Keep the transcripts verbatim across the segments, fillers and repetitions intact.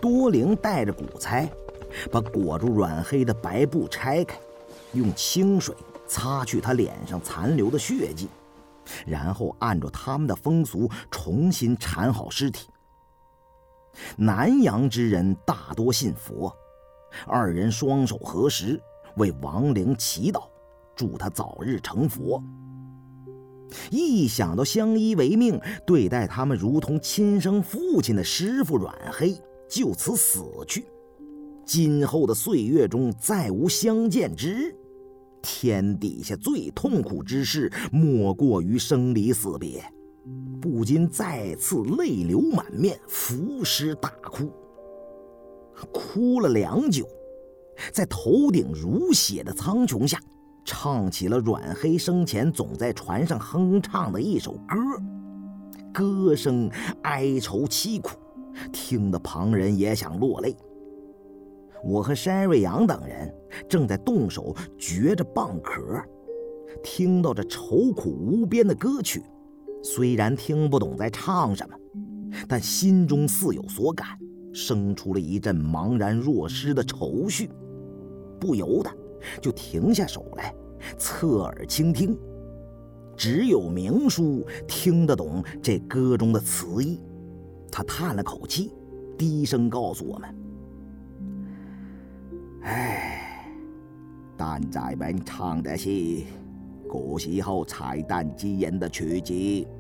多灵带着古猜，把裹住阮黑的白布拆开，用清水擦去他脸上残留的血迹，然后按照他们的风俗重新缠好尸体。南洋之人大多信佛，二人双手合十，为亡灵祈祷，祝他早日成佛。一想到相依为命，对待他们如同亲生父亲的师傅阮黑就此死去，今后的岁月中再无相见之日，天底下最痛苦之事莫过于生离死别，不禁再次泪流满面，伏尸大哭。哭了良久，在头顶如血的苍穹下，唱起了阮黑生前总在船上哼唱的一首歌，歌声哀愁凄苦，听得旁人也想落泪。我和山瑞阳等人正在动手掘着蚌壳，听到这愁苦无边的歌曲，虽然听不懂在唱什么，但心中似有所感，生出了一阵茫然若失的愁绪，不由得就停下手来，侧耳倾听。只有明叔听得懂这歌中的词意，他叹了口气，低声告诉我们：唉，蛋仔们唱的是古時候柴蛋之人的曲子，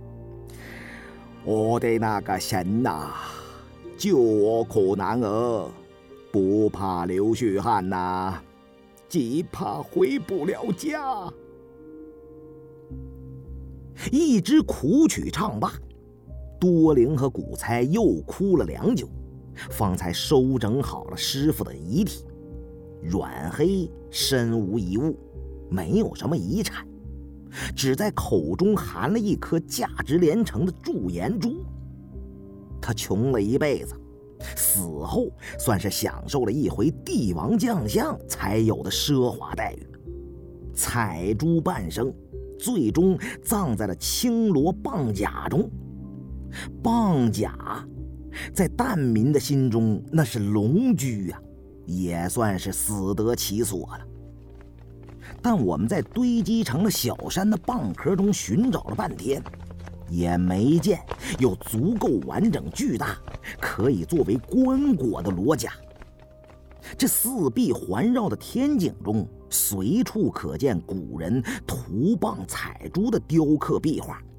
我的那个神啊，救我苦男儿，不怕流血汗啊，只怕回不了家。一支苦曲唱罢，多灵和古猜又哭了良久，方才收整好了师傅的遗体。阮黑身无一物，没有什么遗产，只在口中含了一颗价值连城的驻颜珠。他穷了一辈子，死后算是享受了一回帝王将相才有的奢华待遇。采珠半生，最终葬在了青罗蚌甲中。蚌甲在疍民的心中那是龙居啊，也算是死得其所了。但我们在堆积成了小山的蚌壳中寻找了半天，也没见有足够完整巨大可以作为棺椁的螺甲。这四壁环绕的天井中，随处可见古人涂蚌采珠的雕刻壁画，